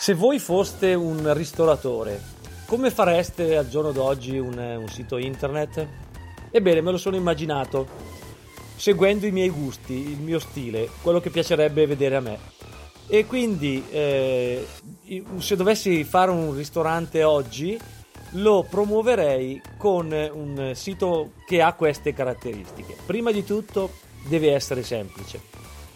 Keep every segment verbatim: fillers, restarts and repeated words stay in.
Se voi foste un ristoratore, come fareste al giorno d'oggi un, un sito internet? Ebbene, me lo sono immaginato, seguendo i miei gusti, il mio stile, quello che piacerebbe vedere a me. E quindi, eh, se dovessi fare un ristorante oggi, lo promuoverei con un sito che ha queste caratteristiche. Prima di tutto, deve essere semplice.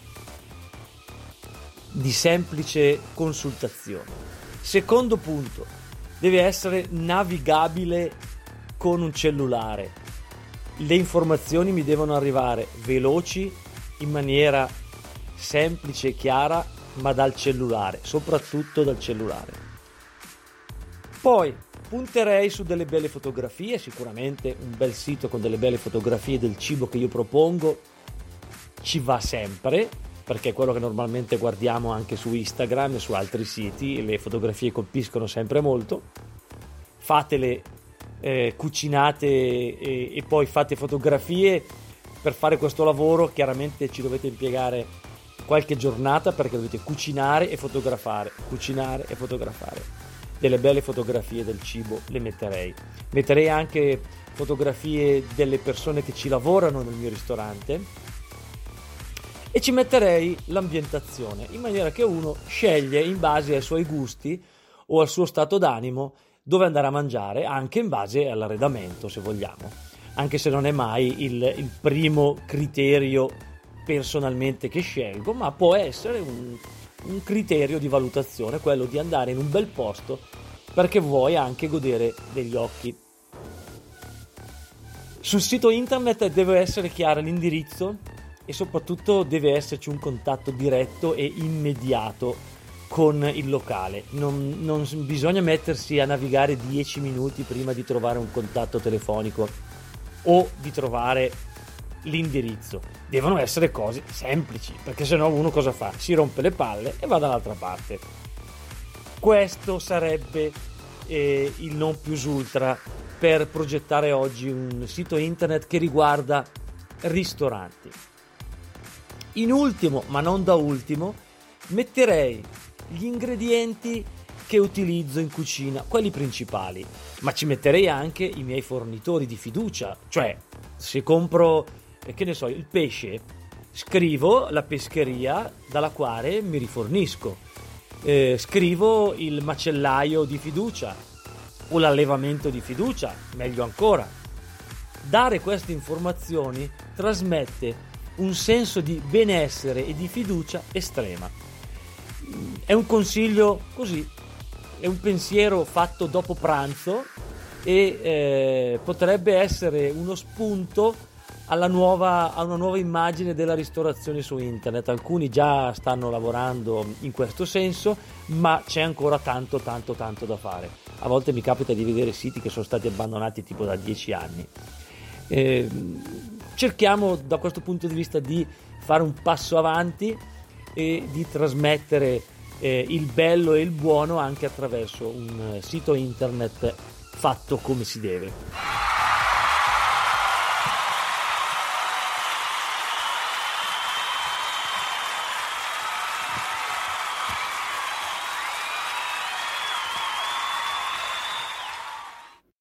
Di semplice consultazione. Secondo punto, deve essere navigabile con un cellulare. Le informazioni mi devono arrivare veloci, in maniera semplice e chiara, ma dal cellulare, soprattutto dal cellulare. Poi punterei su delle belle fotografie, sicuramente un bel sito con delle belle fotografie del cibo che io propongo ci va sempre, perché è quello che normalmente guardiamo anche su Instagram e su altri siti, le fotografie colpiscono sempre molto. Fatele, eh, cucinate e, e poi fate fotografie. Per fare questo lavoro chiaramente ci dovete impiegare qualche giornata, perché dovete cucinare e fotografare, cucinare e fotografare. Delle belle fotografie del cibo le metterei. Metterei anche fotografie delle persone che ci lavorano nel mio ristorante, e ci metterei l'ambientazione, in maniera che uno sceglie in base ai suoi gusti o al suo stato d'animo dove andare a mangiare, anche in base all'arredamento, se vogliamo, anche se non è mai il, il primo criterio personalmente che scelgo, ma può essere un, un criterio di valutazione, quello di andare in un bel posto perché vuoi anche godere degli occhi. Sul sito internet deve essere chiaro l'indirizzo e soprattutto deve esserci un contatto diretto e immediato con il locale. Non, non bisogna mettersi a navigare dieci minuti prima di trovare un contatto telefonico o di trovare l'indirizzo. Devono essere cose semplici, perché sennò uno cosa fa? Si rompe le palle e va dall'altra parte. Questo sarebbe eh, il non plus ultra per progettare oggi un sito internet che riguarda ristoranti. In ultimo, ma non da ultimo, metterei gli ingredienti che utilizzo in cucina, quelli principali, ma ci metterei anche i miei fornitori di fiducia, cioè se compro, eh, che ne so, il pesce, scrivo la pescheria dalla quale mi rifornisco, eh, scrivo il macellaio di fiducia o l'allevamento di fiducia, meglio ancora. Dare queste informazioni trasmette un senso di benessere e di fiducia estrema. È un consiglio così, è un pensiero fatto dopo pranzo e eh, potrebbe essere uno spunto alla nuova, a una nuova immagine della ristorazione su internet. Alcuni già stanno lavorando in questo senso, ma c'è ancora tanto tanto tanto da fare. A volte mi capita di vedere siti che sono stati abbandonati tipo da dieci anni. Eh, cerchiamo da questo punto di vista di fare un passo avanti e di trasmettere eh, il bello e il buono anche attraverso un sito internet fatto come si deve.